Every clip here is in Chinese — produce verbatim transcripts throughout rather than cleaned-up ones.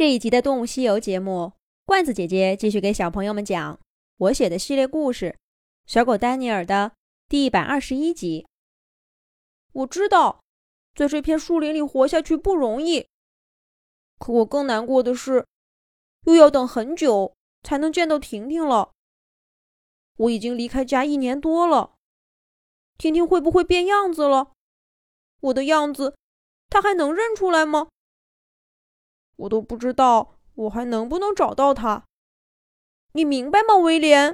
这一集的《动物西游》节目，罐子姐姐继续给小朋友们讲我写的系列故事《小狗丹尼尔》的第一百二十一集。我知道，在这片树林里活下去不容易，可我更难过的是，又要等很久才能见到婷婷了。我已经离开家一年多了，婷婷会不会变样子了？我的样子，她还能认出来吗？我都不知道我还能不能找到她。你明白吗，威廉？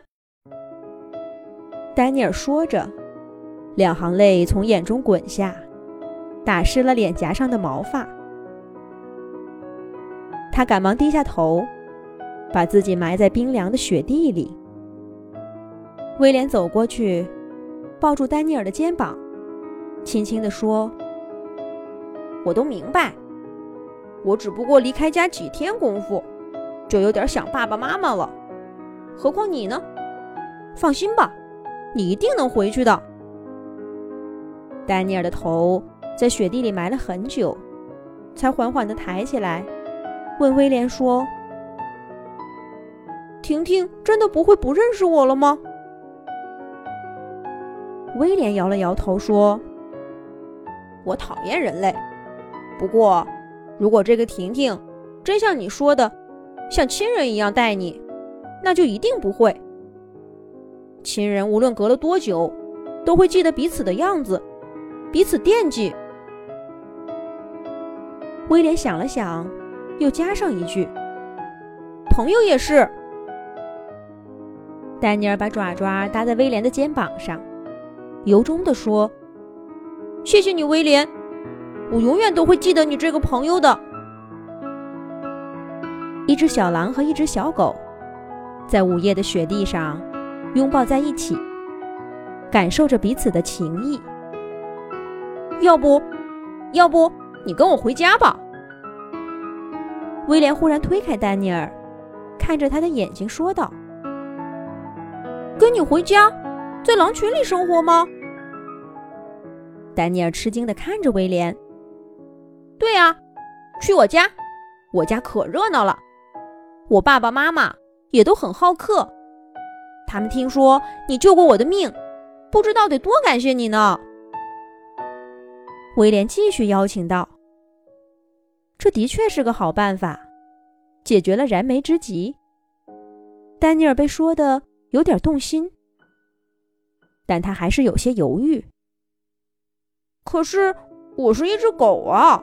丹尼尔说着，两行泪从眼中滚下，打湿了脸颊上的毛发。他赶忙低下头，把自己埋在冰凉的雪地里。威廉走过去，抱住丹尼尔的肩膀，轻轻地说：我都明白，我只不过离开家几天功夫，就有点想爸爸妈妈了。何况你呢？放心吧，你一定能回去的。丹尼尔的头在雪地里埋了很久，才缓缓地抬起来，问威廉说：婷婷真的不会不认识我了吗？威廉摇了摇头说：我讨厌人类，不过如果这个婷婷真像你说的像亲人一样待你，那就一定不会。亲人无论隔了多久，都会记得彼此的样子，彼此惦记。威廉想了想，又加上一句：朋友也是。丹尼尔把爪爪搭在威廉的肩膀上，由衷地说：谢谢你，威廉，我永远都会记得你这个朋友的。一只小狼和一只小狗在午夜的雪地上拥抱在一起，感受着彼此的情谊。要不要不你跟我回家吧。威廉忽然推开丹尼尔，看着他的眼睛说道：跟你回家，在狼群里生活吗？丹尼尔吃惊地看着威廉。对啊，去我家，我家可热闹了，我爸爸妈妈也都很好客，他们听说你救过我的命，不知道得多感谢你呢。威廉继续邀请道：这的确是个好办法，解决了燃眉之急。丹尼尔被说的有点动心，但他还是有些犹豫。可是我是一只狗啊。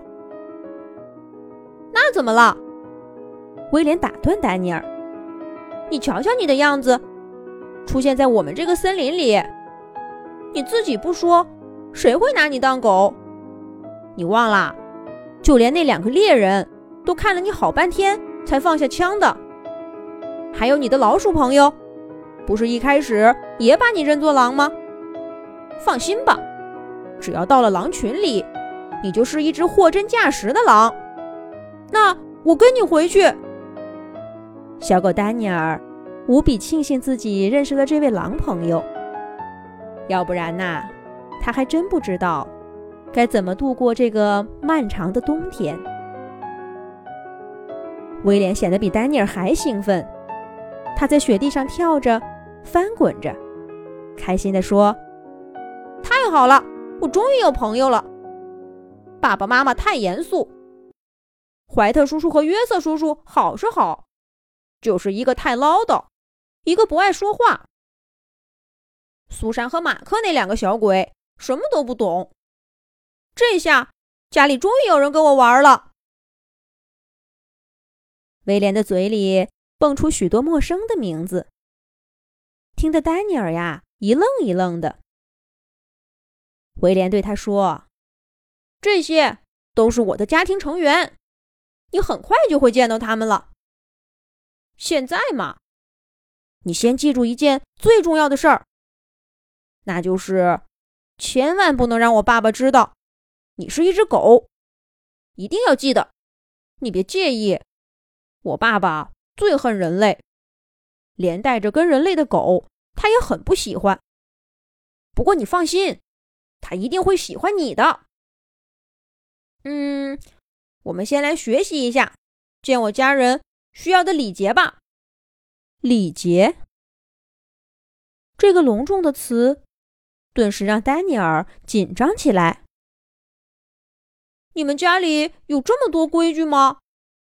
那怎么了？威廉打断丹尼尔：你瞧瞧你的样子，出现在我们这个森林里，你自己不说，谁会拿你当狗？你忘了，就连那两个猎人都看了你好半天才放下枪的。还有你的老鼠朋友，不是一开始也把你认作狼吗？放心吧，只要到了狼群里，你就是一只货真价实的狼。那我跟你回去。小狗丹尼尔无比庆幸自己认识了这位狼朋友，要不然呐，他还真不知道该怎么度过这个漫长的冬天。威廉显得比丹尼尔还兴奋，他在雪地上跳着翻滚着，开心地说：太好了，我终于有朋友了。爸爸妈妈太严肃，怀特叔叔和约瑟叔叔好是好，就是一个太唠叨，一个不爱说话。苏珊和马克那两个小鬼什么都不懂。这下家里终于有人跟我玩了。威廉的嘴里蹦出许多陌生的名字，听得丹尼尔呀一愣一愣的。威廉对他说：这些都是我的家庭成员，你很快就会见到他们了。现在嘛，你先记住一件最重要的事儿，那就是千万不能让我爸爸知道你是一只狗。一定要记得，你别介意，我爸爸最恨人类，连带着跟人类的狗他也很不喜欢。不过你放心，他一定会喜欢你的。嗯，我们先来学习一下见我家人需要的礼节吧。礼节，这个隆重的词顿时让丹尼尔紧张起来。你们家里有这么多规矩吗？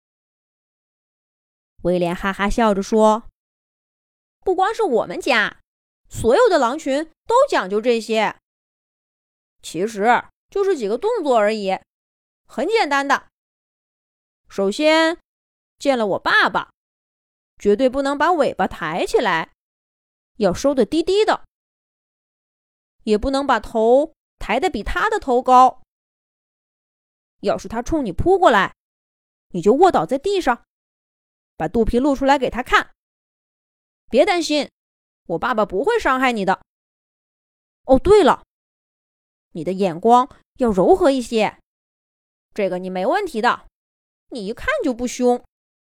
威廉哈哈笑着说，不光是我们家，所有的狼群都讲究这些。其实就是几个动作而已，很简单的。首先，见了我爸爸，绝对不能把尾巴抬起来，要收得低低的，也不能把头抬得比他的头高。要是他冲你扑过来，你就卧倒在地上，把肚皮露出来给他看。别担心，我爸爸不会伤害你的。哦，对了，你的眼光要柔和一些，这个你没问题的，你一看就不凶。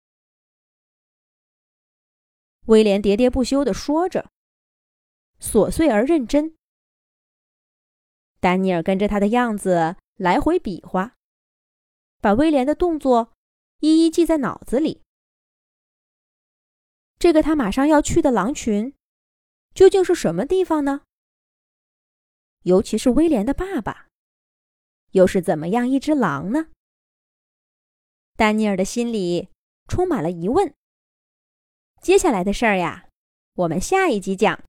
威廉喋喋不休地说着，琐碎而认真。丹尼尔跟着他的样子来回比划，把威廉的动作一一记在脑子里。这个他马上要去的狼群究竟是什么地方呢？尤其是威廉的爸爸又是怎么样一只狼呢？丹尼尔的心里充满了疑问。接下来的事儿呀，我们下一集讲。